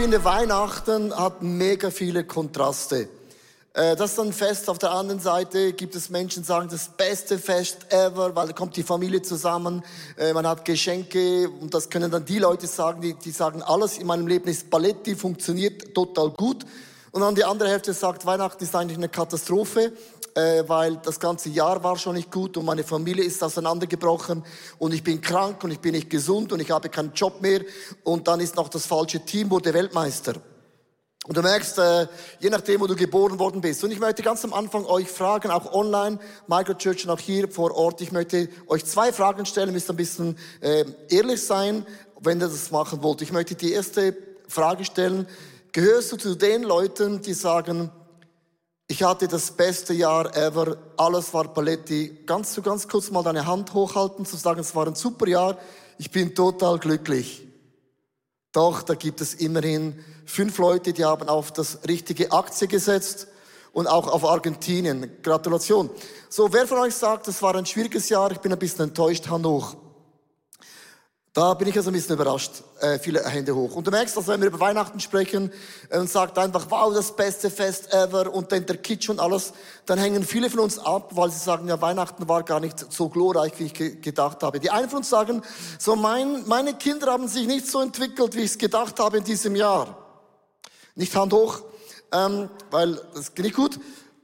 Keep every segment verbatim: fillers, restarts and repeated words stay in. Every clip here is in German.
finde, Weihnachten hat mega viele Kontraste. Das ist ein Fest. Auf der anderen Seite gibt es Menschen, die sagen, das beste Fest ever, weil da kommt die Familie zusammen, man hat Geschenke und das können dann die Leute sagen, die, die sagen, alles in meinem Leben ist Paletti, funktioniert total gut. Und dann die andere Hälfte sagt, Weihnachten ist eigentlich eine Katastrophe, weil das ganze Jahr war schon nicht gut und meine Familie ist auseinandergebrochen und ich bin krank und ich bin nicht gesund und ich habe keinen Job mehr und dann ist noch das falsche Team, wurde Weltmeister. Und du merkst, äh, je nachdem, wo du geboren worden bist. Und ich möchte ganz am Anfang euch fragen, auch online, Microchurch und auch hier vor Ort, ich möchte euch zwei Fragen stellen, ihr müsst ein bisschen äh, ehrlich sein, wenn ihr das machen wollt. Ich möchte die erste Frage stellen, gehörst du zu den Leuten, die sagen, ich hatte das beste Jahr ever, alles war Paletti. Kannst du ganz kurz mal deine Hand hochhalten, zu sagen, es war ein super Jahr, ich bin total glücklich. Doch, da gibt es immerhin fünf Leute, die haben auf das richtige Aktie gesetzt und auch auf Argentinien. Gratulation. So, wer von euch sagt, es war ein schwieriges Jahr, ich bin ein bisschen enttäuscht, Hand hoch. Da bin ich also ein bisschen überrascht. Äh, viele Hände hoch. Und du merkst, dass wenn wir über Weihnachten sprechen äh, und sagt einfach, wow, das beste Fest ever und dann der Kitsch und alles, dann hängen viele von uns ab, weil sie sagen, ja, Weihnachten war gar nicht so glorreich, wie ich ge- gedacht habe. Die einen von uns sagen, so mein, meine Kinder haben sich nicht so entwickelt, wie ich es gedacht habe in diesem Jahr. Nicht Hand hoch, ähm, weil das geht nicht gut.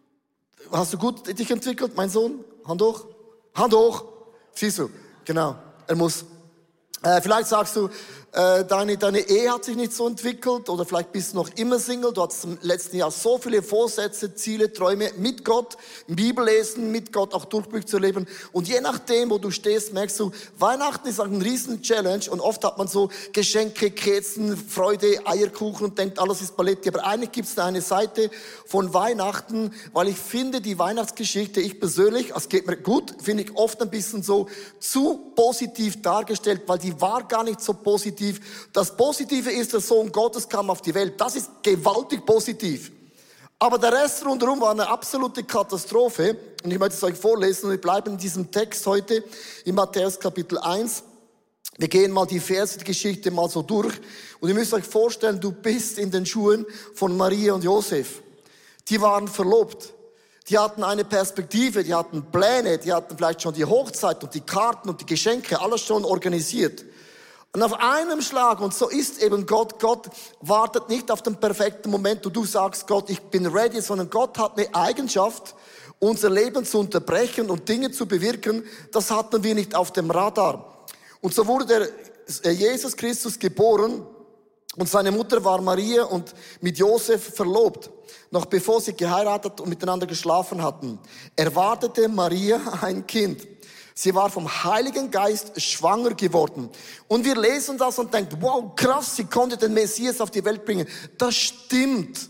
Hast du gut dich entwickelt, mein Sohn? Hand hoch. Hand hoch. Siehst du, genau, er muss. Äh, vielleicht sagst du, äh, deine, deine Ehe hat sich nicht so entwickelt oder vielleicht bist du noch immer Single. Du hattest im letzten Jahr so viele Vorsätze, Ziele, Träume mit Gott, Bibel lesen, mit Gott auch Durchblick zu leben. Und je nachdem, wo du stehst, merkst du, Weihnachten ist ein riesen Challenge und oft hat man so Geschenke, Kerzen, Freude, Eierkuchen und denkt, alles ist Paletti. Aber eigentlich gibt es da eine Seite von Weihnachten, weil ich finde, die Weihnachtsgeschichte, ich persönlich, es geht mir gut, finde ich oft ein bisschen so zu positiv dargestellt, weil die war gar nicht so positiv. Das Positive ist, der Sohn Gottes kam auf die Welt. Das ist gewaltig positiv. Aber der Rest rundherum war eine absolute Katastrophe. Und ich möchte es euch vorlesen. Und wir bleiben in diesem Text heute in Matthäus Kapitel eins. Wir gehen mal die Verse, die Geschichte mal so durch. Und ihr müsst euch vorstellen, du bist in den Schuhen von Maria und Josef. Die waren verlobt. Die hatten eine Perspektive, die hatten Pläne, die hatten vielleicht schon die Hochzeit und die Karten und die Geschenke, alles schon organisiert. Und auf einem Schlag, und so ist eben Gott, Gott wartet nicht auf den perfekten Moment, wo du sagst, Gott, ich bin ready, sondern Gott hat eine Eigenschaft, unser Leben zu unterbrechen und Dinge zu bewirken, das hatten wir nicht auf dem Radar. Und so wurde der Jesus Christus geboren und seine Mutter war Maria und mit Josef verlobt, noch bevor sie geheiratet und miteinander geschlafen hatten. Erwartete Maria ein Kind. Sie war vom Heiligen Geist schwanger geworden. Und wir lesen das und denken, wow, krass, sie konnte den Messias auf die Welt bringen. Das stimmt.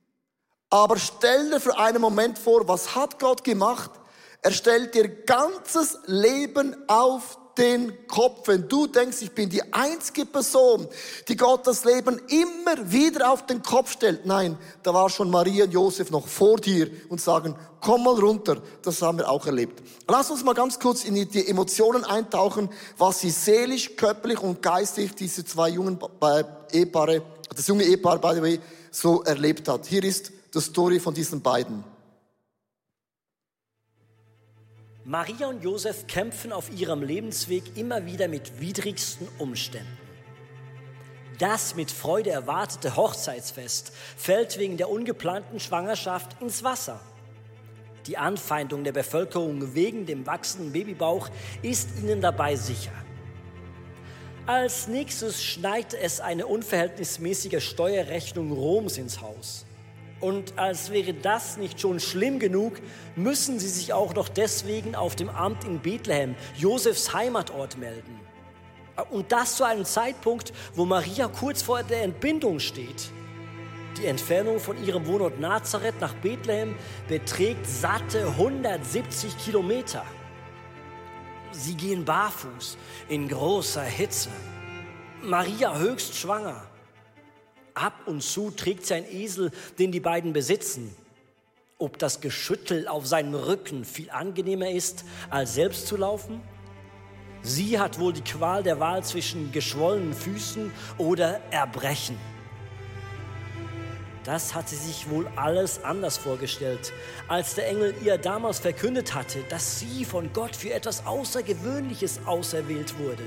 Aber stell dir für einen Moment vor, was hat Gott gemacht? Er stellt ihr ganzes Leben auf den Kopf. Wenn du denkst, ich bin die einzige Person, die Gott das Leben immer wieder auf den Kopf stellt. Nein, da war schon Maria und Josef noch vor dir und sagen, komm mal runter. Das haben wir auch erlebt. Lass uns mal ganz kurz in die Emotionen eintauchen, was sie seelisch, körperlich und geistig, diese zwei jungen Ehepaare, das junge Ehepaar, by the way, so erlebt hat. Hier ist die Story von diesen beiden. Maria und Josef kämpfen auf ihrem Lebensweg immer wieder mit widrigsten Umständen. Das mit Freude erwartete Hochzeitsfest fällt wegen der ungeplanten Schwangerschaft ins Wasser. Die Anfeindung der Bevölkerung wegen dem wachsenden Babybauch ist ihnen dabei sicher. Als nächstes schneit es eine unverhältnismäßige Steuerrechnung Roms ins Haus. Und als wäre das nicht schon schlimm genug, müssen sie sich auch noch deswegen auf dem Amt in Bethlehem, Josefs Heimatort, melden. Und das zu einem Zeitpunkt, wo Maria kurz vor der Entbindung steht. Die Entfernung von ihrem Wohnort Nazareth nach Bethlehem beträgt satte hundertsiebzig Kilometer. Sie gehen barfuß in großer Hitze. Maria höchst schwanger. Ab und zu trägt sie einen Esel, den die beiden besitzen. Ob das Geschüttel auf seinem Rücken viel angenehmer ist, als selbst zu laufen? Sie hat wohl die Qual der Wahl zwischen geschwollenen Füßen oder Erbrechen. Das hat sie sich wohl alles anders vorgestellt, als der Engel ihr damals verkündet hatte, dass sie von Gott für etwas Außergewöhnliches auserwählt wurde.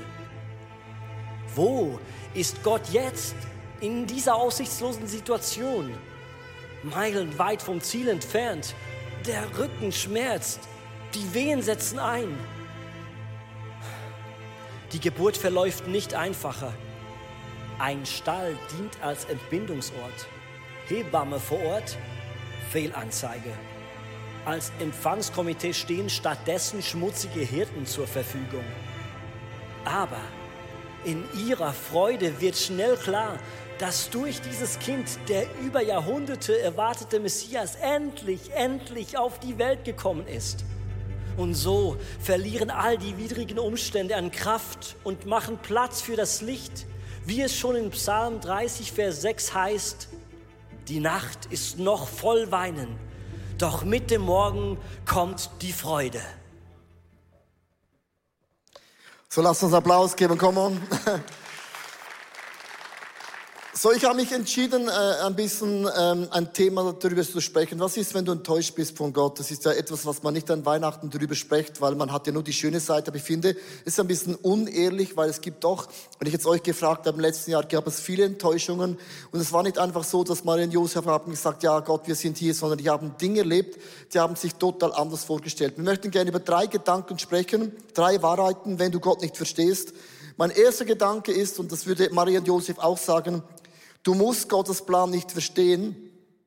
Wo ist Gott jetzt in dieser aussichtslosen Situation? Meilenweit vom Ziel entfernt. Der Rücken schmerzt, die Wehen setzen ein. Die Geburt verläuft nicht einfacher. Ein Stall dient als Entbindungsort. Hebamme vor Ort, Fehlanzeige. Als Empfangskomitee stehen stattdessen schmutzige Hirten zur Verfügung. Aber in ihrer Freude wird schnell klar, dass durch dieses Kind der über Jahrhunderte erwartete Messias endlich, endlich auf die Welt gekommen ist. Und so verlieren all die widrigen Umstände an Kraft und machen Platz für das Licht, wie es schon in Psalm dreißig, Vers sechs heißt: Die Nacht ist noch voll Weinen, doch mit dem Morgen kommt die Freude. So, lasst uns Applaus geben, come on. So, ich habe mich entschieden, äh, ein bisschen ähm, ein Thema darüber zu sprechen. Was ist, wenn du enttäuscht bist von Gott? Das ist ja etwas, was man nicht an Weihnachten darüber spricht, weil man hat ja nur die schöne Seite. Aber ich finde, es ist ein bisschen unehrlich, weil es gibt doch, wenn ich jetzt euch gefragt habe, im letzten Jahr gab es viele Enttäuschungen. Und es war nicht einfach so, dass Maria und Josef haben gesagt, ja Gott, wir sind hier, sondern die haben Dinge erlebt, die haben sich total anders vorgestellt. Wir möchten gerne über drei Gedanken sprechen, drei Wahrheiten, wenn du Gott nicht verstehst. Mein erster Gedanke ist, und das würde Maria und Josef auch sagen, du musst Gottes Plan nicht verstehen,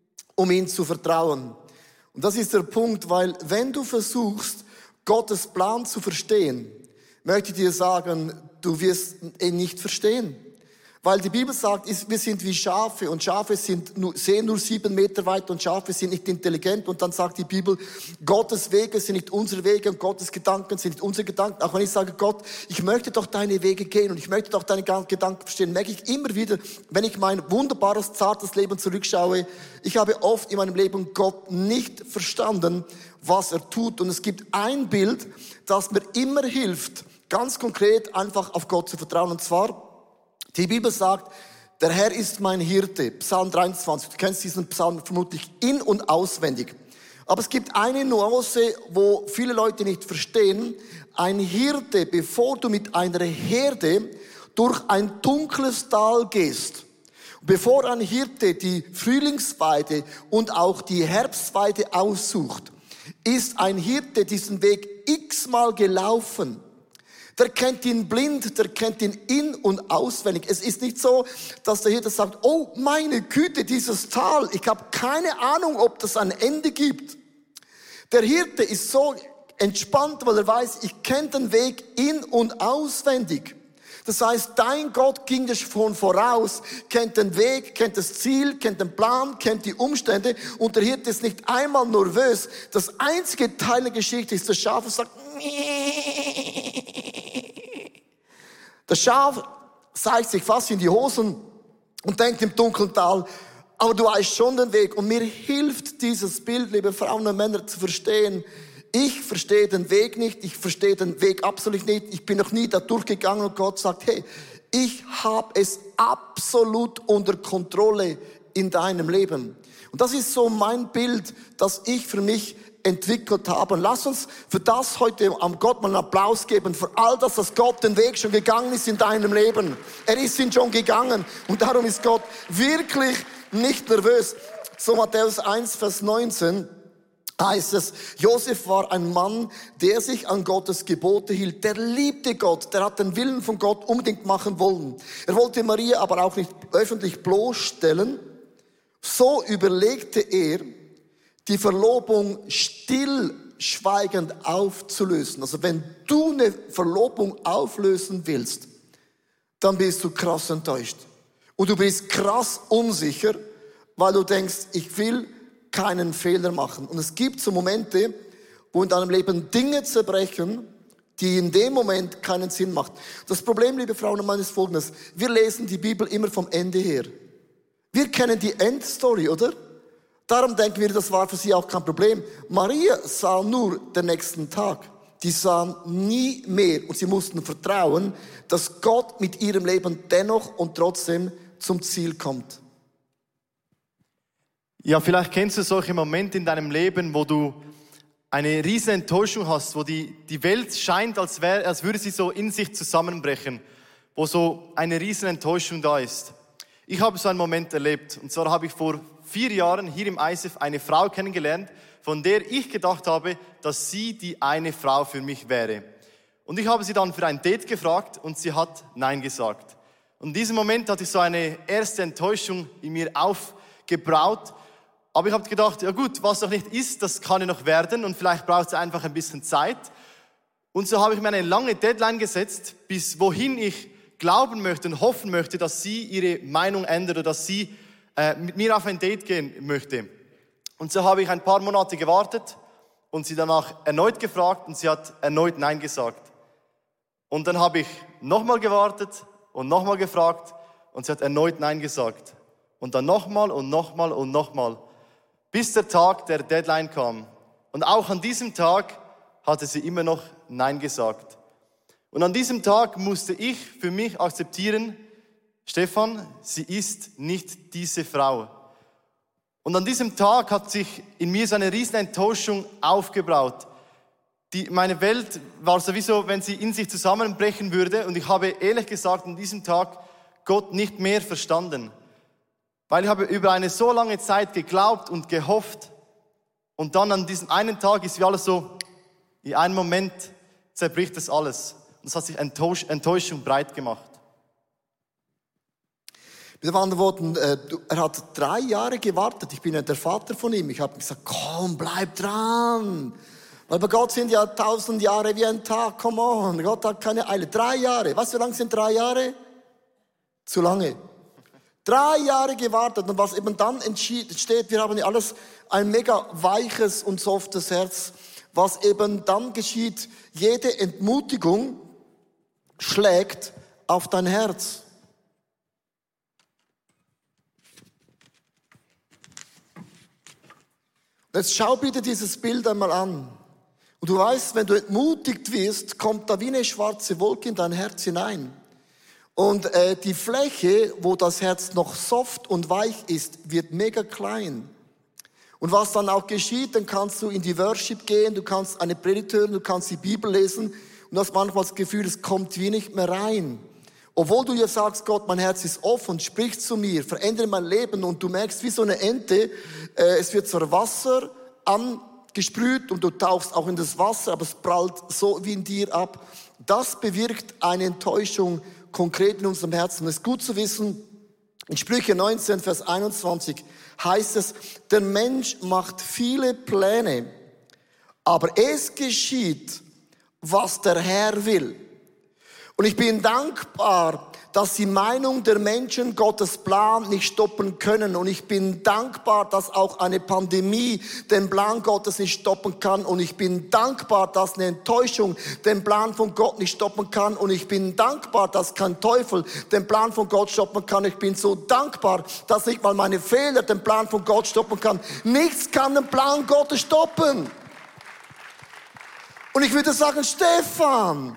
um ihm zu vertrauen. Und das ist der Punkt, weil wenn du versuchst, Gottes Plan zu verstehen, möchte ich dir sagen, du wirst ihn nicht verstehen. Weil die Bibel sagt, wir sind wie Schafe und Schafe sind nur, sehen nur sieben Meter weit und Schafe sind nicht intelligent. Und dann sagt die Bibel, Gottes Wege sind nicht unsere Wege und Gottes Gedanken sind nicht unsere Gedanken. Auch wenn ich sage, Gott, ich möchte doch deine Wege gehen und ich möchte doch deine Gedanken verstehen, merke ich immer wieder, wenn ich mein wunderbares, zartes Leben zurückschaue, ich habe oft in meinem Leben Gott nicht verstanden, was er tut. Und es gibt ein Bild, das mir immer hilft, ganz konkret einfach auf Gott zu vertrauen. Und zwar, die Bibel sagt, der Herr ist mein Hirte. Psalm dreiundzwanzig. Du kennst diesen Psalm vermutlich in- und auswendig. Aber es gibt eine Nuance, wo viele Leute nicht verstehen. Ein Hirte, bevor du mit einer Herde durch ein dunkles Tal gehst, bevor ein Hirte die Frühlingsweide und auch die Herbstweide aussucht, ist ein Hirte diesen Weg x-mal gelaufen. Der kennt ihn blind, der kennt ihn in- und auswendig. Es ist nicht so, dass der Hirte sagt, oh meine Güte, dieses Tal, ich habe keine Ahnung, ob das ein Ende gibt. Der Hirte ist so entspannt, weil er weiß, ich kenne den Weg in- und auswendig. Das heißt, dein Gott ging dir schon voraus, kennt den Weg, kennt das Ziel, kennt den Plan, kennt die Umstände und der Hirte ist nicht einmal nervös. Das einzige Teil der Geschichte ist, das Schaf sagt, das Schaf zeigt sich fast in die Hosen und denkt im dunklen Tal, aber du weißt schon den Weg. Und mir hilft dieses Bild, liebe Frauen und Männer, zu verstehen, ich verstehe den Weg nicht, ich verstehe den Weg absolut nicht, ich bin noch nie da durchgegangen und Gott sagt, hey, ich habe es absolut unter Kontrolle in deinem Leben. Und das ist so mein Bild, das ich für mich entwickelt habe. Und lass uns für das heute am Gott mal einen Applaus geben, für all das, dass Gott den Weg schon gegangen ist in deinem Leben. Er ist ihn schon gegangen und darum ist Gott wirklich nicht nervös. So Matthäus eins, Vers neunzehn. Heißt es, Josef war ein Mann, der sich an Gottes Gebote hielt. Der liebte Gott, der hat den Willen von Gott unbedingt machen wollen. Er wollte Maria aber auch nicht öffentlich bloßstellen. So überlegte er, die Verlobung stillschweigend aufzulösen. Also wenn du eine Verlobung auflösen willst, dann bist du krass enttäuscht. Und du bist krass unsicher, weil du denkst, ich will keinen Fehler machen. Und es gibt so Momente, wo in deinem Leben Dinge zerbrechen, die in dem Moment keinen Sinn machen. Das Problem, liebe Frauen und Männer, ist folgendes. Wir lesen die Bibel immer vom Ende her. Wir kennen die Endstory, oder? Darum denken wir, das war für sie auch kein Problem. Maria sah nur den nächsten Tag. Die sahen nie mehr und sie mussten vertrauen, dass Gott mit ihrem Leben dennoch und trotzdem zum Ziel kommt. Ja, vielleicht kennst du solche Momente in deinem Leben, wo du eine riesen Enttäuschung hast, wo die, die Welt scheint, als, wär, als würde sie so in sich zusammenbrechen, wo so eine riesen Enttäuschung da ist. Ich habe so einen Moment erlebt, und zwar habe ich vor vier Jahren hier im I S F eine Frau kennengelernt, von der ich gedacht habe, dass sie die eine Frau für mich wäre. Und ich habe sie dann für ein Date gefragt und sie hat Nein gesagt. Und in diesem Moment hatte ich so eine erste Enttäuschung in mir aufgebraut. Aber ich habe gedacht, ja gut, was noch nicht ist, das kann ja noch werden und vielleicht braucht es einfach ein bisschen Zeit. Und so habe ich mir eine lange Deadline gesetzt, bis wohin ich glauben möchte und hoffen möchte, dass sie ihre Meinung ändert oder dass sie äh, mit mir auf ein Date gehen möchte. Und so habe ich ein paar Monate gewartet und sie danach erneut gefragt und sie hat erneut Nein gesagt. Und dann habe ich nochmal gewartet und nochmal gefragt und sie hat erneut Nein gesagt. Und dann nochmal und nochmal und nochmal, bis der Tag der Deadline kam. Und auch an diesem Tag hatte sie immer noch Nein gesagt. Und an diesem Tag musste ich für mich akzeptieren, Stefan, sie ist nicht diese Frau. Und an diesem Tag hat sich in mir so eine riesen Enttäuschung aufgebraut. Die, meine Welt war sowieso, wenn sie in sich zusammenbrechen würde. Und ich habe ehrlich gesagt an diesem Tag Gott nicht mehr verstanden. Weil ich habe über eine so lange Zeit geglaubt und gehofft. Und dann an diesem einen Tag ist wie alles so, in einem Moment zerbricht das alles. Und es hat sich Enttäusch- Enttäuschung breit gemacht. Mit anderen Worten, äh, er hat drei Jahre gewartet. Ich bin ja der Vater von ihm. Ich habe gesagt, komm, bleib dran. Weil bei Gott sind ja tausend Jahre wie ein Tag. Come on, Gott hat keine Eile. Drei Jahre. Weißt du, wie lang sind drei Jahre? Zu lange. Drei Jahre gewartet. Und was eben dann entsteht, wir haben ja alles ein mega weiches und softes Herz. Was eben dann geschieht, jede Entmutigung schlägt auf dein Herz. Jetzt schau bitte dieses Bild einmal an. Und du weißt, wenn du entmutigt wirst, kommt da wie eine schwarze Wolke in dein Herz hinein. Und äh, die Fläche, wo das Herz noch soft und weich ist, wird mega klein. Und was dann auch geschieht, dann kannst du in die Worship gehen, du kannst eine Predigt hören, du kannst die Bibel lesen und hast manchmal das Gefühl, es kommt wie nicht mehr rein. Obwohl du dir sagst, Gott, mein Herz ist offen, sprich zu mir, verändere mein Leben und du merkst wie so eine Ente, äh, es wird zwar Wasser angesprüht und du tauchst auch in das Wasser, aber es prallt so wie in dir ab. Das bewirkt eine Enttäuschung konkret in unserem Herzen. Und es ist gut zu wissen, in Sprüche neunzehn, Vers einundzwanzig heißt es, der Mensch macht viele Pläne, aber es geschieht, was der Herr will. Und ich bin dankbar, dass die Meinung der Menschen Gottes Plan nicht stoppen können. Und ich bin dankbar, dass auch eine Pandemie den Plan Gottes nicht stoppen kann. Und ich bin dankbar, dass eine Enttäuschung den Plan von Gott nicht stoppen kann. Und ich bin dankbar, dass kein Teufel den Plan von Gott stoppen kann. Ich bin so dankbar, dass nicht mal meine Fehler den Plan von Gott stoppen kann. Nichts kann den Plan Gottes stoppen. Und ich würde sagen, Stefan,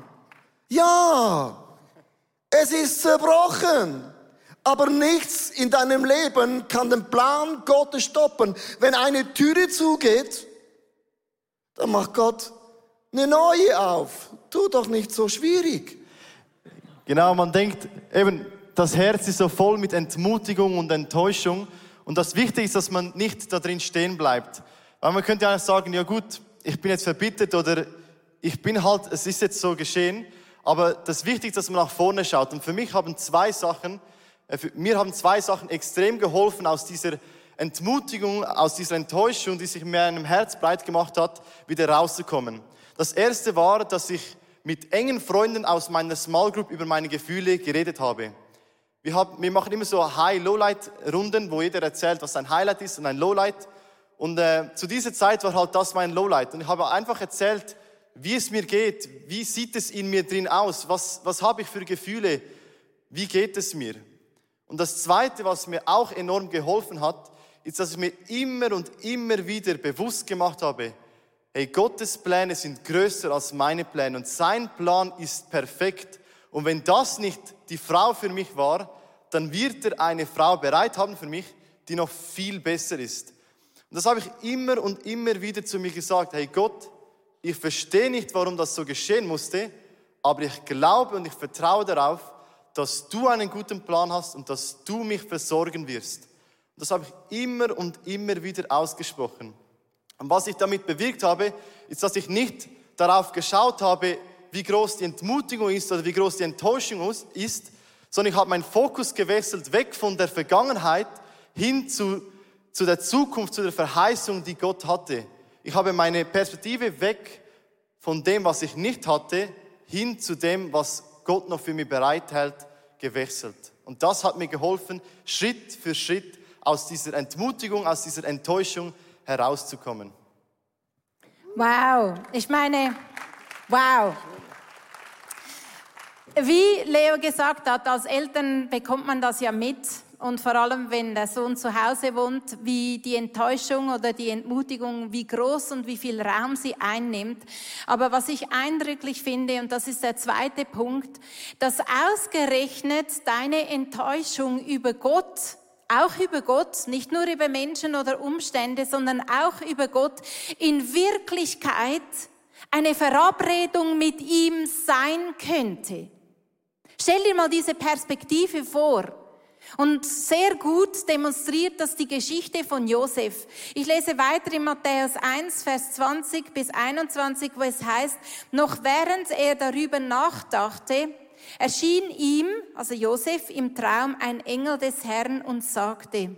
ja, es ist zerbrochen, aber nichts in deinem Leben kann den Plan Gottes stoppen. Wenn eine Türe zugeht, dann macht Gott eine neue auf. Tu doch nicht so schwierig. Genau, man denkt eben, das Herz ist so voll mit Entmutigung und Enttäuschung und das Wichtige ist, dass man nicht da drin stehen bleibt. Weil man könnte ja sagen, ja gut, ich bin jetzt verbittert oder ich bin halt, es ist jetzt so geschehen. Aber das Wichtigste ist, dass man nach vorne schaut. Und für mich haben zwei Sachen, äh, für, mir haben zwei Sachen extrem geholfen, aus dieser Entmutigung, aus dieser Enttäuschung, die sich in meinem Herz breit gemacht hat, wieder rauszukommen. Das erste war, dass ich mit engen Freunden aus meiner Small Group über meine Gefühle geredet habe. Wir, haben, wir machen immer so High-Lowlight-Runden, wo jeder erzählt, was ein Highlight ist und ein Lowlight. Und äh, zu dieser Zeit war halt das mein Lowlight. Und ich habe einfach erzählt, wie es mir geht, wie sieht es in mir drin aus, was, was habe ich für Gefühle, wie geht es mir. Und das Zweite, was mir auch enorm geholfen hat, ist, dass ich mir immer und immer wieder bewusst gemacht habe, hey, Gottes Pläne sind größer als meine Pläne und sein Plan ist perfekt. Und wenn das nicht die Frau für mich war, dann wird er eine Frau bereit haben für mich, die noch viel besser ist. Und das habe ich immer und immer wieder zu mir gesagt, hey Gott, ich verstehe nicht, warum das so geschehen musste, aber ich glaube und ich vertraue darauf, dass du einen guten Plan hast und dass du mich versorgen wirst. Und das habe ich immer und immer wieder ausgesprochen. Und was ich damit bewirkt habe, ist, dass ich nicht darauf geschaut habe, wie groß die Entmutigung ist oder wie groß die Enttäuschung ist, sondern ich habe meinen Fokus gewechselt, weg von der Vergangenheit hin zu, zu der Zukunft, zu der Verheißung, die Gott hatte. Ich habe meine Perspektive weg von dem, was ich nicht hatte, hin zu dem, was Gott noch für mich bereithält, gewechselt. Und das hat mir geholfen, Schritt für Schritt aus dieser Entmutigung, aus dieser Enttäuschung herauszukommen. Wow, ich meine, wow. Wie Leo gesagt hat, als Eltern bekommt man das ja mit. Und vor allem, wenn der Sohn zu Hause wohnt, wie die Enttäuschung oder die Entmutigung, wie groß und wie viel Raum sie einnimmt. Aber was ich eindrücklich finde, und das ist der zweite Punkt, dass ausgerechnet deine Enttäuschung über Gott, auch über Gott, nicht nur über Menschen oder Umstände, sondern auch über Gott, in Wirklichkeit eine Verabredung mit ihm sein könnte. Stell dir mal diese Perspektive vor. Und sehr gut demonstriert das die Geschichte von Josef. Ich lese weiter in Matthäus eins, Vers zwanzig bis einundzwanzig, wo es heißt, noch während er darüber nachdachte, erschien ihm, also Josef, im Traum ein Engel des Herrn und sagte,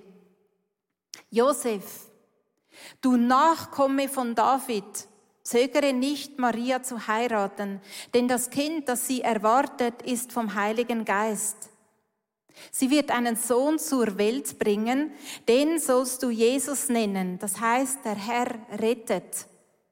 Josef, du Nachkomme von David, zögere nicht, Maria zu heiraten, denn das Kind, das sie erwartet, ist vom Heiligen Geist. Sie wird einen Sohn zur Welt bringen, den sollst du Jesus nennen, das heißt, der Herr rettet.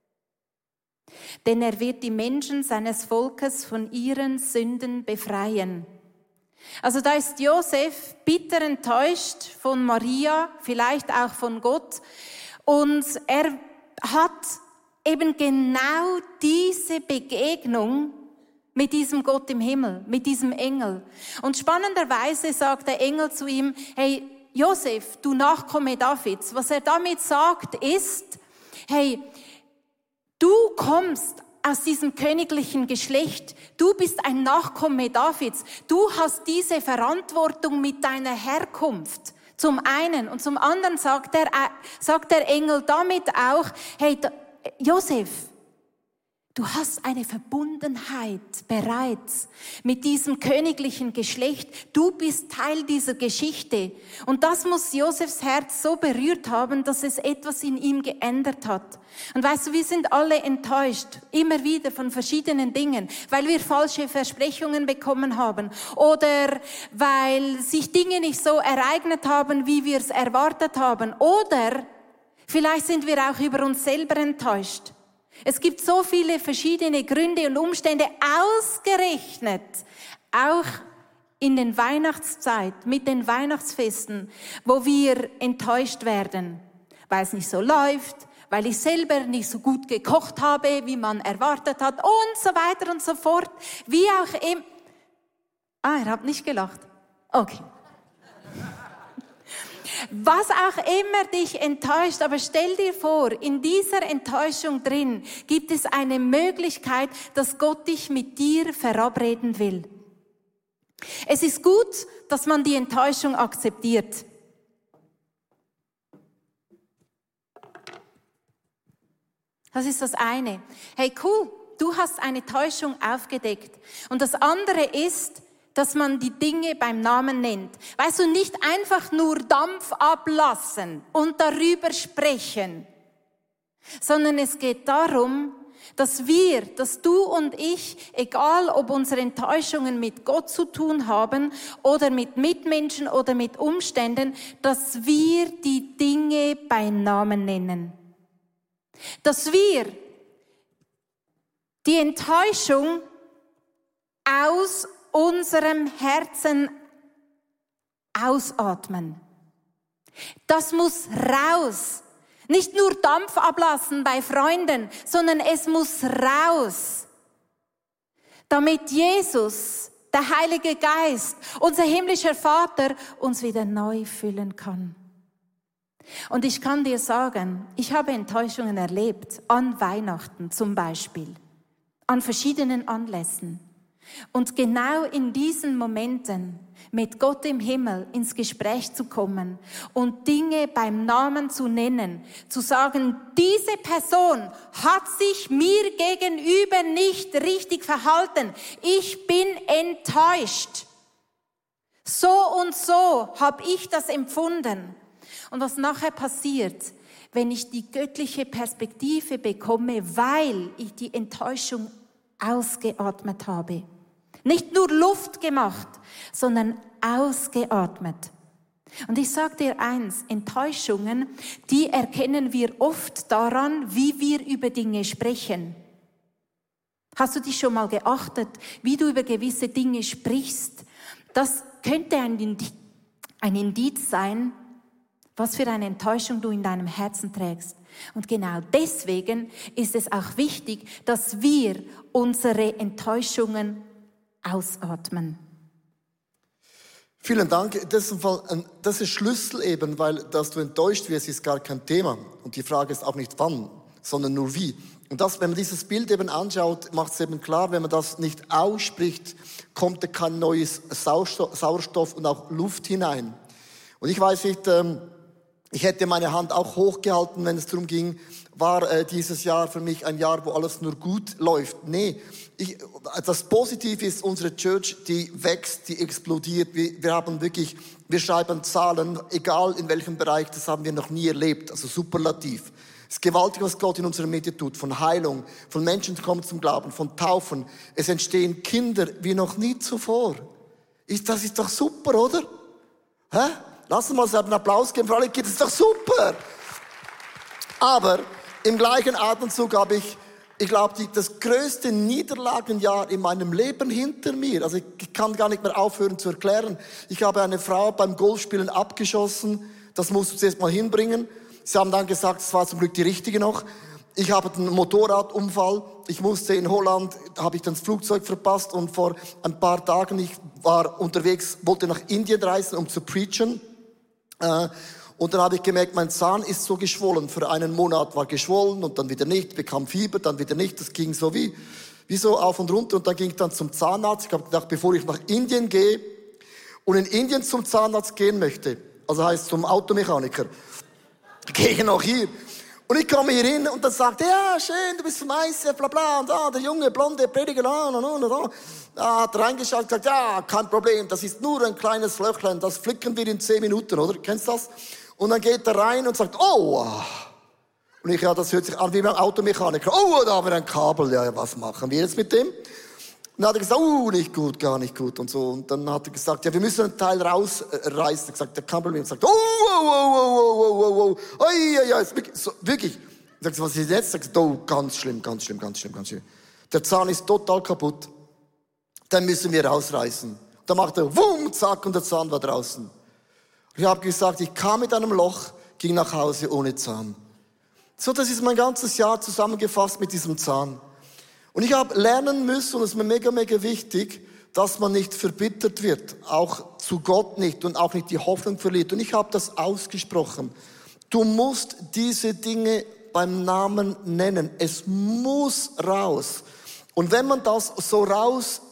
Denn er wird die Menschen seines Volkes von ihren Sünden befreien. Also da ist Josef bitter enttäuscht von Maria, vielleicht auch von Gott, und er hat eben genau diese Begegnung mit diesem Gott im Himmel, mit diesem Engel. Und spannenderweise sagt der Engel zu ihm, hey Josef, du Nachkomme Davids. Was er damit sagt ist, hey, du kommst aus diesem königlichen Geschlecht, du bist ein Nachkomme Davids, du hast diese Verantwortung mit deiner Herkunft. Zum einen und zum anderen sagt der, sagt der Engel damit auch, hey Josef, du hast eine Verbundenheit bereits mit diesem königlichen Geschlecht. Du bist Teil dieser Geschichte. Und das muss Josefs Herz so berührt haben, dass es etwas in ihm geändert hat. Und weißt du, wir sind alle enttäuscht, immer wieder von verschiedenen Dingen, weil wir falsche Versprechungen bekommen haben oder weil sich Dinge nicht so ereignet haben, wie wir es erwartet haben. Oder vielleicht sind wir auch über uns selber enttäuscht. Es gibt so viele verschiedene Gründe und Umstände, ausgerechnet auch in den Weihnachtszeit, mit den Weihnachtsfesten, wo wir enttäuscht werden, weil es nicht so läuft, weil ich selber nicht so gut gekocht habe, wie man erwartet hat und so weiter und so fort. Wie auch immer. Ah, ihr habt nicht gelacht. Okay. Was auch immer dich enttäuscht, aber stell dir vor, in dieser Enttäuschung drin gibt es eine Möglichkeit, dass Gott dich mit dir verabreden will. Es ist gut, dass man die Enttäuschung akzeptiert. Das ist das eine. Hey, cool, du hast eine Täuschung aufgedeckt. Und das andere ist, dass man die Dinge beim Namen nennt. Weißt du, nicht einfach nur Dampf ablassen und darüber sprechen, sondern es geht darum, dass wir, dass du und ich, egal ob unsere Enttäuschungen mit Gott zu tun haben oder mit Mitmenschen oder mit Umständen, dass wir die Dinge beim Namen nennen. Dass wir die Enttäuschung aus unserem Herzen ausatmen. Das muss raus. Nicht nur Dampf ablassen bei Freunden, sondern es muss raus. Damit Jesus, der Heilige Geist, unser himmlischer Vater, uns wieder neu füllen kann. Und ich kann dir sagen, ich habe Enttäuschungen erlebt, an Weihnachten zum Beispiel, an verschiedenen Anlässen. Und genau in diesen Momenten mit Gott im Himmel ins Gespräch zu kommen und Dinge beim Namen zu nennen, zu sagen, diese Person hat sich mir gegenüber nicht richtig verhalten. Ich bin enttäuscht. So und so habe ich das empfunden. Und was nachher passiert, wenn ich die göttliche Perspektive bekomme, weil ich die Enttäuschung ausgeatmet habe. Nicht nur Luft gemacht, sondern ausgeatmet. Und ich sage dir eins, Enttäuschungen, die erkennen wir oft daran, wie wir über Dinge sprechen. Hast du dich schon mal geachtet, wie du über gewisse Dinge sprichst? Das könnte ein Indiz, ein Indiz sein, was für eine Enttäuschung du in deinem Herzen trägst. Und genau deswegen ist es auch wichtig, dass wir unsere Enttäuschungen ausatmen. Vielen Dank. Das ist, ein, das ist Schlüssel eben, weil dass du enttäuscht wirst, ist gar kein Thema. Und die Frage ist auch nicht wann, sondern nur wie. Und das, wenn man dieses Bild eben anschaut, macht es eben klar, wenn man das nicht ausspricht, kommt da kein neues Sauerstoff und auch Luft hinein. Und ich weiß nicht, ähm, ich hätte meine Hand auch hochgehalten, wenn es darum ging, war äh, dieses Jahr für mich ein Jahr, wo alles nur gut läuft. Nee, ich, das Positive ist, unsere Church, die wächst, die explodiert. Wir, wir haben wirklich, wir schreiben Zahlen, egal in welchem Bereich, das haben wir noch nie erlebt, also superlativ. Es ist gewaltig, was Gott in unserer Mitte tut, von Heilung, von Menschen kommen zum Glauben, von Taufen. Es entstehen Kinder wie noch nie zuvor. Ist, das ist doch super, oder? Hä? Lass uns mal einen Applaus geben für alle Kinder, das ist doch super. Aber im gleichen Atemzug habe ich, ich glaube, das größte Niederlagenjahr in meinem Leben hinter mir. Also ich kann gar nicht mehr aufhören zu erklären. Ich habe eine Frau beim Golfspielen abgeschossen. Das musst du zuerst mal hinbringen. Sie haben dann gesagt, es war zum Glück die richtige noch. Ich habe einen Motorradunfall. Ich musste in Holland, habe ich dann das Flugzeug verpasst. Und vor ein paar Tagen, ich war unterwegs, wollte nach Indien reisen, um zu preachen. Und dann habe ich gemerkt, mein Zahn ist so geschwollen. Für einen Monat war geschwollen und dann wieder nicht, bekam Fieber, dann wieder nicht. Das ging so wie, wie so auf und runter. Und dann ging ich dann zum Zahnarzt. Ich habe gedacht, bevor ich nach Indien gehe und in Indien zum Zahnarzt gehen möchte, also heißt zum Automechaniker, gehe ich noch hier. Und ich komme hier hin und dann sagt er, ja, schön, du bist vom I C F, bla bla, und da, der junge, blonde Prediger, da, da, da, da. Da hat er reingeschaut und gesagt, ja, kein Problem, das ist nur ein kleines Löchlein, das flicken wir in zehn Minuten, oder? Kennst du das? Und dann geht er rein und sagt, oh. Und ich, ja, das hört sich an wie beim Automechaniker. Oh, da haben wir ein Kabel, ja, was machen wir jetzt mit dem? Und dann hat er gesagt, oh, nicht gut, gar nicht gut und so. Und dann hat er gesagt, ja, wir müssen einen Teil rausreißen. Er hat gesagt, der kein Problem. Und sagt, oh, oh, oh, oh, oh, oh, oh, oh, ja, ja, ist wirklich, so, wirklich. Und sagt, was ist jetzt? Sagt, oh, ganz schlimm, ganz schlimm, ganz schlimm, ganz schlimm. Der Zahn ist total kaputt. Den müssen wir rausreißen. Dann macht er, wumm, zack, und der Zahn war draußen. Ich habe gesagt, ich kam mit einem Loch, ging nach Hause ohne Zahn. So, das ist mein ganzes Jahr zusammengefasst mit diesem Zahn. Und ich habe lernen müssen, und es ist mir mega, mega wichtig, dass man nicht verbittert wird, auch zu Gott nicht und auch nicht die Hoffnung verliert. Und ich habe das ausgesprochen. Du musst diese Dinge beim Namen nennen. Es muss raus. Und wenn man das so rausnimmt,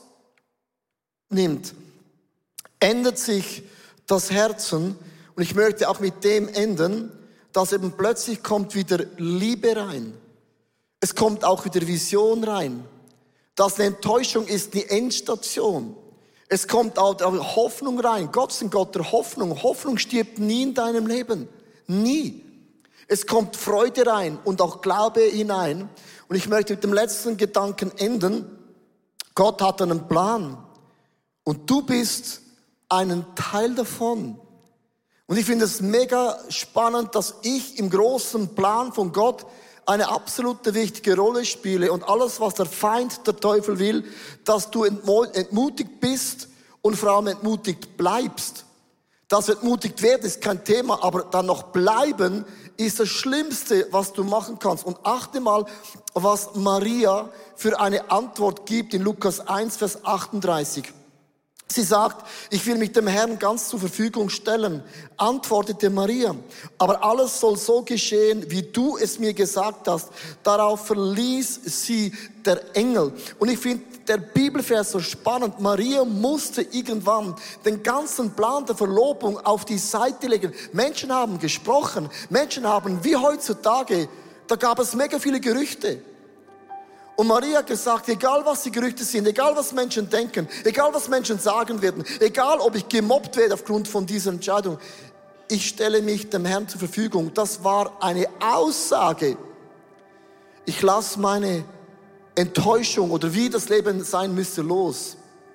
ändert sich das Herzen. Und ich möchte auch mit dem enden, dass eben plötzlich kommt wieder Liebe rein. Es kommt auch wieder Vision rein. Dass eine Enttäuschung ist die Endstation. Es kommt auch Hoffnung rein. Gott ist ein Gott der Hoffnung. Hoffnung stirbt nie in deinem Leben. Nie. Es kommt Freude rein und auch Glaube hinein. Und ich möchte mit dem letzten Gedanken enden. Gott hat einen Plan. Und du bist einen Teil davon. Und ich finde es mega spannend, dass ich im großen Plan von Gott eine absolute wichtige Rolle spiele. Und alles, was der Feind, der Teufel will, dass du entmutigt bist und vor allem entmutigt bleibst. Dass du entmutigt werden, ist kein Thema, aber dann noch bleiben ist das Schlimmste, was du machen kannst. Und achte mal, was Maria für eine Antwort gibt in Lukas eins, Vers achtunddreißig. Sie sagt, ich will mich dem Herrn ganz zur Verfügung stellen, antwortete Maria. Aber alles soll so geschehen, wie du es mir gesagt hast. Darauf verließ sie der Engel. Und ich finde der Bibelvers so spannend. Maria musste irgendwann den ganzen Plan der Verlobung auf die Seite legen. Menschen haben gesprochen. Menschen haben, wie heutzutage, da gab es mega viele Gerüchte. Und Maria hat gesagt, egal was die Gerüchte sind, egal was Menschen denken, egal was Menschen sagen werden, egal ob ich gemobbt werde aufgrund von dieser Entscheidung, ich stelle mich dem Herrn zur Verfügung. Das war eine Aussage. Ich lasse meine Enttäuschung oder wie das Leben sein müsste los.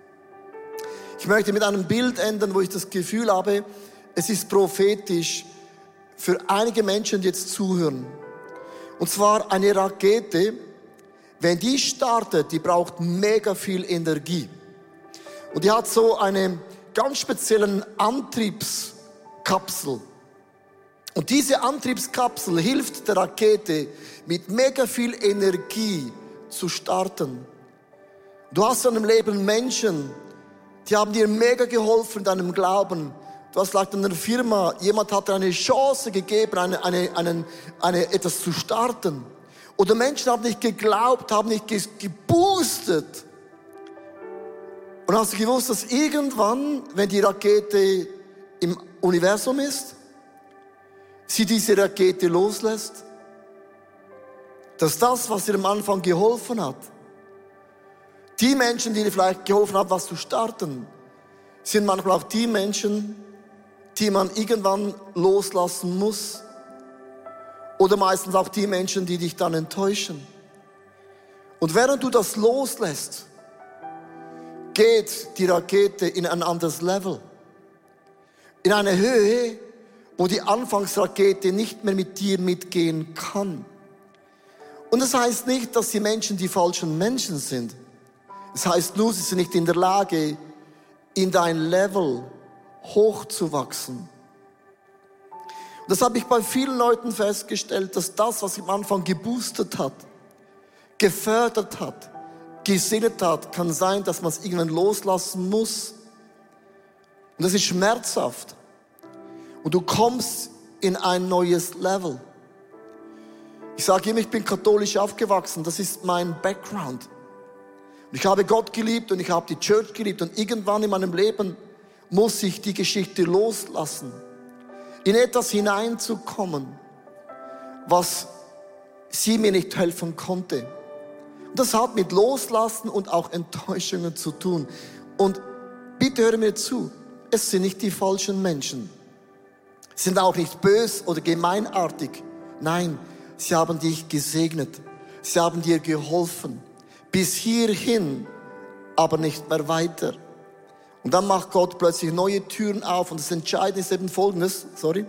Ich möchte mit einem Bild enden, wo ich das Gefühl habe, es ist prophetisch für einige Menschen, die jetzt zuhören. Und zwar eine Rakete. Wenn die startet, die braucht mega viel Energie. Und die hat so eine ganz speziellen Antriebskapsel. Und diese Antriebskapsel hilft der Rakete, mit mega viel Energie zu starten. Du hast in deinem Leben Menschen, die haben dir mega geholfen in deinem Glauben. Du hast vielleicht in einer Firma, jemand hat dir eine Chance gegeben, eine, eine, eine, eine, etwas zu starten. Oder Menschen haben nicht geglaubt, haben nicht geboostet. Und hast du gewusst, dass irgendwann, wenn die Rakete im Universum ist, sie diese Rakete loslässt? Dass das, was dir am Anfang geholfen hat, die Menschen, die dir vielleicht geholfen haben, was zu starten, sind manchmal auch die Menschen, die man irgendwann loslassen muss. Oder meistens auch die Menschen, die dich dann enttäuschen. Und während du das loslässt, geht die Rakete in ein anderes Level. In eine Höhe, wo die Anfangsrakete nicht mehr mit dir mitgehen kann. Und das heißt nicht, dass die Menschen die falschen Menschen sind. Es heißt nur, sie sind nicht in der Lage, in dein Level hochzuwachsen. Das habe ich bei vielen Leuten festgestellt, dass das, was am Anfang geboostet hat, gefördert hat, gesegnet hat, kann sein, dass man es irgendwann loslassen muss. Und das ist schmerzhaft. Und du kommst in ein neues Level. Ich sage immer, ich bin katholisch aufgewachsen, das ist mein Background. Und ich habe Gott geliebt und ich habe die Church geliebt und irgendwann in meinem Leben muss ich die Geschichte loslassen. In etwas hineinzukommen, was sie mir nicht helfen konnte. Und das hat mit Loslassen und auch Enttäuschungen zu tun. Und bitte höre mir zu, es sind nicht die falschen Menschen. Sie sind auch nicht bös oder gemeinartig. Nein, sie haben dich gesegnet. Sie haben dir geholfen. Bis hierhin, aber nicht mehr weiter. Und dann macht Gott plötzlich neue Türen auf. Und das Entscheidende ist eben Folgendes, sorry,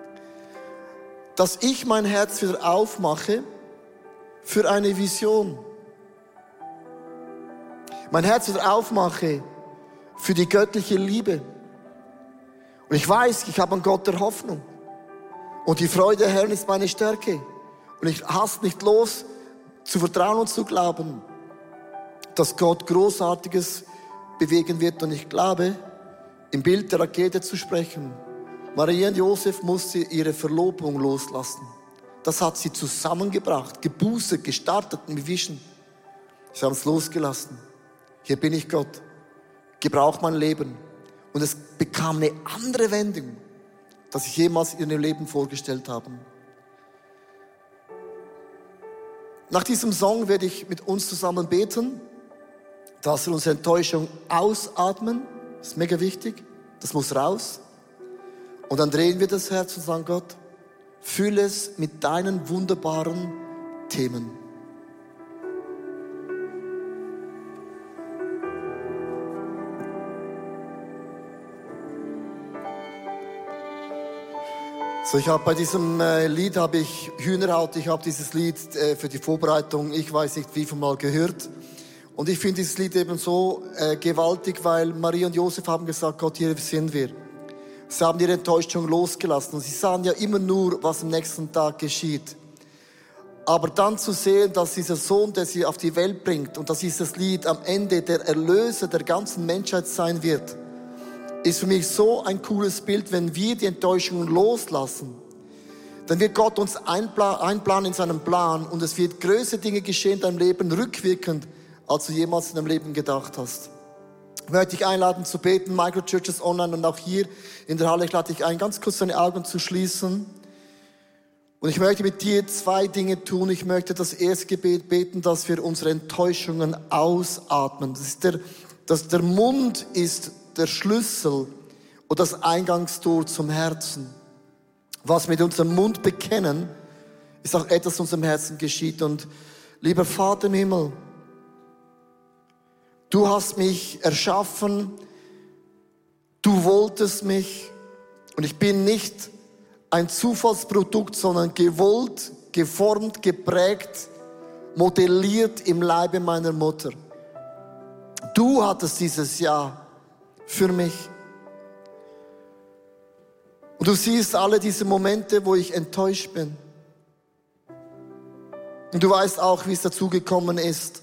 dass ich mein Herz wieder aufmache für eine Vision. Mein Herz wieder aufmache für die göttliche Liebe. Und ich weiß, ich habe an Gott der Hoffnung. Und die Freude der Herrn ist meine Stärke. Und ich hasse nicht los, zu vertrauen und zu glauben, dass Gott Großartiges bewegen wird. Und ich glaube, im Bild der Rakete zu sprechen, Maria und Josef musste ihre Verlobung loslassen. Das hat sie zusammengebracht, geboostet, gestartet mit Vision. Sie haben es losgelassen. Hier bin ich Gott. Gebrauch mein Leben. Und es bekam eine andere Wendung, dass ich jemals in ihrem Leben vorgestellt habe. Nach diesem Song werde ich mit uns zusammen beten, dass wir unsere Enttäuschung ausatmen. Das ist mega wichtig. Das muss raus. Und dann drehen wir das Herz und sagen, Gott, fülle es mit deinen wunderbaren Themen. So, ich habe bei diesem äh, Lied habe ich Hühnerhaut. Ich habe dieses Lied äh, für die Vorbereitung, ich weiß nicht wie viel Mal gehört. Und ich finde dieses Lied eben so äh, gewaltig, weil Maria und Josef haben gesagt, Gott, hier sind wir. Sie haben ihre Enttäuschung losgelassen und sie sahen ja immer nur, was am nächsten Tag geschieht. Aber dann zu sehen, dass dieser Sohn, der sie auf die Welt bringt und dass dieses Lied am Ende der Erlöser der ganzen Menschheit sein wird, ist für mich so ein cooles Bild. Wenn wir die Enttäuschungen loslassen, dann wird Gott uns einplanen in seinem Plan und es wird größere Dinge geschehen in deinem Leben, rückwirkend, als du jemals in deinem Leben gedacht hast. Ich möchte dich einladen zu beten, Microchurches online und auch hier in der Halle. Ich lade dich ein, ganz kurz deine Augen zu schließen. Und ich möchte mit dir zwei Dinge tun. Ich möchte das erste Gebet beten, dass wir unsere Enttäuschungen ausatmen. Das ist der, dass der Mund ist der Schlüssel und das Eingangstor zum Herzen. Was wir mit unserem Mund bekennen, ist auch etwas, was in unserem Herzen geschieht. Und lieber Vater im Himmel, du hast mich erschaffen, du wolltest mich und ich bin nicht ein Zufallsprodukt, sondern gewollt, geformt, geprägt, modelliert im Leibe meiner Mutter. Du hattest dieses Ja für mich. Und du siehst alle diese Momente, wo ich enttäuscht bin. Und du weißt auch, wie es dazu gekommen ist.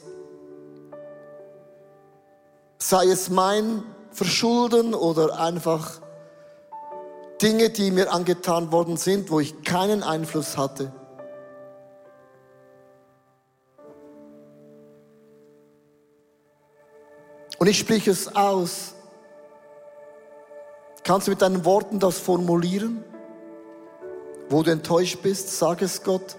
Sei es mein Verschulden oder einfach Dinge, die mir angetan worden sind, wo ich keinen Einfluss hatte. Und ich spreche es aus. Kannst du mit deinen Worten das formulieren? Wo du enttäuscht bist, sag es Gott.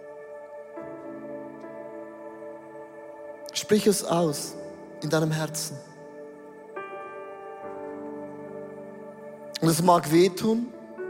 Sprich es aus in deinem Herzen. Und es mag wehtun.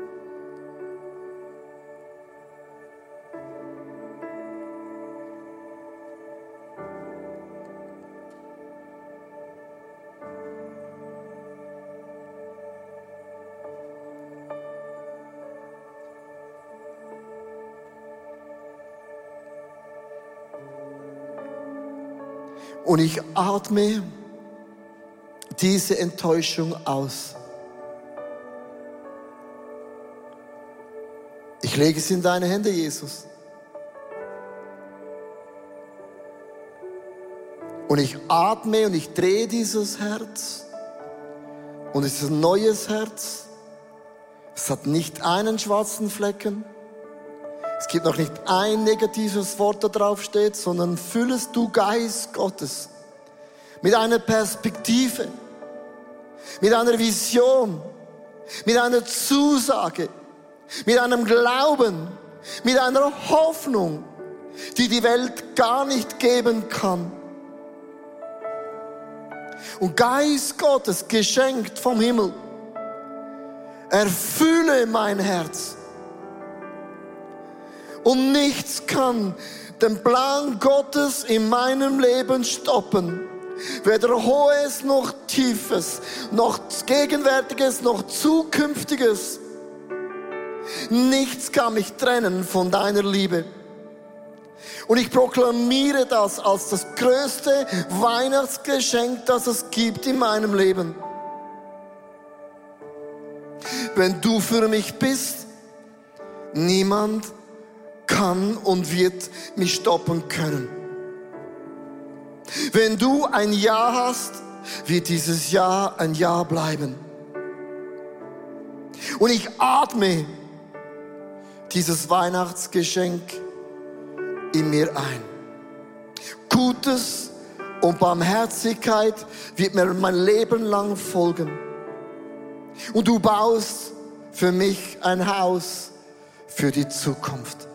Und ich atme diese Enttäuschung aus. Ich lege es in deine Hände, Jesus. Und ich atme und ich drehe dieses Herz. Und es ist ein neues Herz. Es hat nicht einen schwarzen Flecken. Es gibt noch nicht ein negatives Wort, da drauf steht, sondern füllest du Geist Gottes mit einer Perspektive, mit einer Vision, mit einer Zusage, mit einem Glauben, mit einer Hoffnung, die die Welt gar nicht geben kann. Und Geist Gottes, geschenkt vom Himmel, erfülle mein Herz. Und nichts kann den Plan Gottes in meinem Leben stoppen. Weder Hohes noch Tiefes, noch Gegenwärtiges, noch Zukünftiges. Nichts kann mich trennen von deiner Liebe. Und ich proklamiere das als das größte Weihnachtsgeschenk, das es gibt in meinem Leben. Wenn du für mich bist, niemand kann und wird mich stoppen können. Wenn du ein Ja hast, wird dieses Ja ein Ja bleiben. Und ich atme dieses Weihnachtsgeschenk in mir ein. Gutes und Barmherzigkeit wird mir mein Leben lang folgen. Und du baust für mich ein Haus für die Zukunft.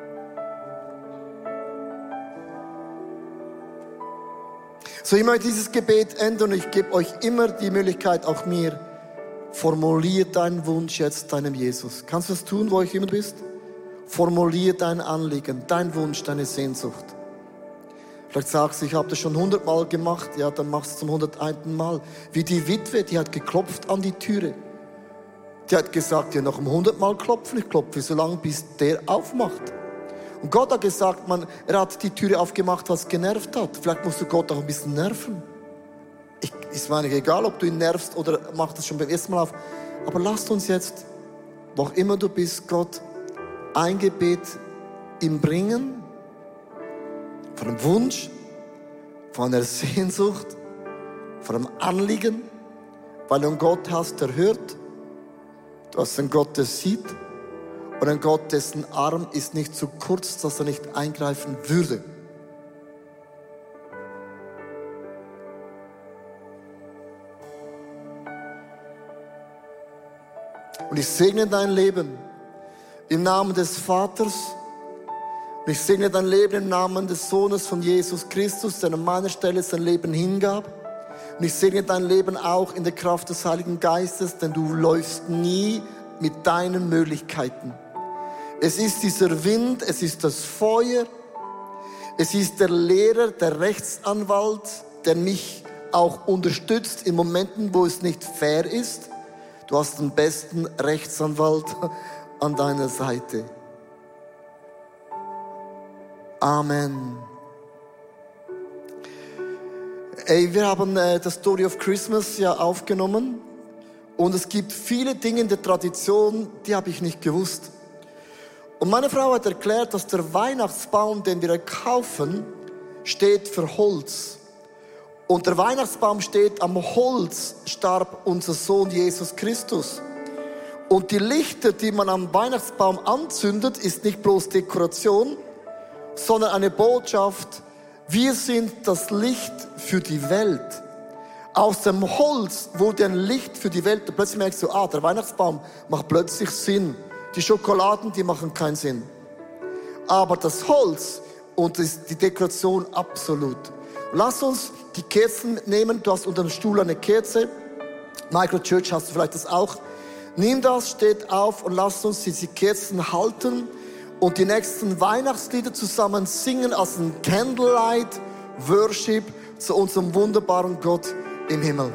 So, ich möchte dieses Gebet enden und ich gebe euch immer die Möglichkeit, auch mir, formulier deinen Wunsch jetzt deinem Jesus. Kannst du das tun, wo ich immer bist? Formulier dein Anliegen, dein Wunsch, deine Sehnsucht. Vielleicht sagst du, ich habe das schon hundertmal gemacht. Ja, dann machst du es zum hunderteinten Mal. Wie die Witwe, die hat geklopft an die Türe. Die hat gesagt, ja, noch um hundertmal klopfen. Ich klopfe so lange, bis der aufmacht. Und Gott hat gesagt, man, er hat die Türe aufgemacht, was genervt hat. Vielleicht musst du Gott auch ein bisschen nerven. Ich, ist mir nicht egal, ob du ihn nervst oder mach das schon beim ersten Mal auf. Aber lasst uns jetzt, wo auch immer du bist, Gott, ein Gebet ihm bringen von einem Wunsch, von einer Sehnsucht, von einem Anliegen, weil du einen Gott hast, der hört. Du hast einen Gott, der sieht. Und ein Gott, dessen Arm ist nicht zu kurz, dass er nicht eingreifen würde. Und ich segne dein Leben im Namen des Vaters. Und ich segne dein Leben im Namen des Sohnes von Jesus Christus, der an meiner Stelle sein Leben hingab. Und ich segne dein Leben auch in der Kraft des Heiligen Geistes, denn du läufst nie mit deinen Möglichkeiten. Es ist dieser Wind, es ist das Feuer, es ist der Lehrer, der Rechtsanwalt, der mich auch unterstützt in Momenten, wo es nicht fair ist. Du hast den besten Rechtsanwalt an deiner Seite. Amen. Ey, wir haben äh, das Story of Christmas ja aufgenommen und es gibt viele Dinge in der Tradition, die habe ich nicht gewusst. Und meine Frau hat erklärt, dass der Weihnachtsbaum, den wir kaufen, steht für Holz. Und der Weihnachtsbaum steht, am Holz starb unser Sohn Jesus Christus. Und die Lichter, die man am Weihnachtsbaum anzündet, ist nicht bloß Dekoration, sondern eine Botschaft: Wir sind das Licht für die Welt. Aus dem Holz wurde ein Licht für die Welt. Und plötzlich merkst du, ah, der Weihnachtsbaum macht plötzlich Sinn. Die Schokoladen, die machen keinen Sinn. Aber das Holz und die Dekoration absolut. Lass uns die Kerzen mitnehmen. Du hast unter dem Stuhl eine Kerze. Microchurch hast du vielleicht das auch. Nimm das, steht auf und lass uns diese Kerzen halten und die nächsten Weihnachtslieder zusammen singen als ein Candlelight Worship zu unserem wunderbaren Gott im Himmel.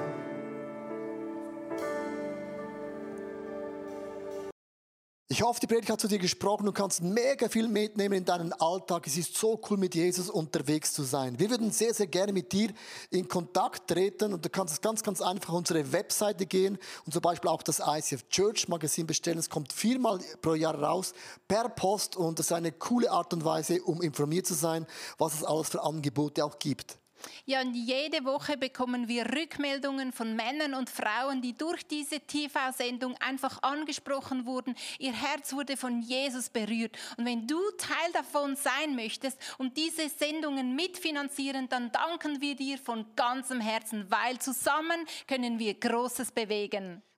Ich hoffe, die Predigt hat zu dir gesprochen. Du kannst mega viel mitnehmen in deinen Alltag. Es ist so cool, mit Jesus unterwegs zu sein. Wir würden sehr, sehr gerne mit dir in Kontakt treten. Und du kannst ganz, ganz einfach auf unsere Webseite gehen und zum Beispiel auch das I C F Church Magazin bestellen. Es kommt viermal pro Jahr raus, per Post. Und das ist eine coole Art und Weise, um informiert zu sein, was es alles für Angebote auch gibt. Ja, und jede Woche bekommen wir Rückmeldungen von Männern und Frauen, die durch diese T V-Sendung einfach angesprochen wurden. Ihr Herz wurde von Jesus berührt. Und wenn du Teil davon sein möchtest und diese Sendungen mitfinanzieren, dann danken wir dir von ganzem Herzen, weil zusammen können wir Großes bewegen.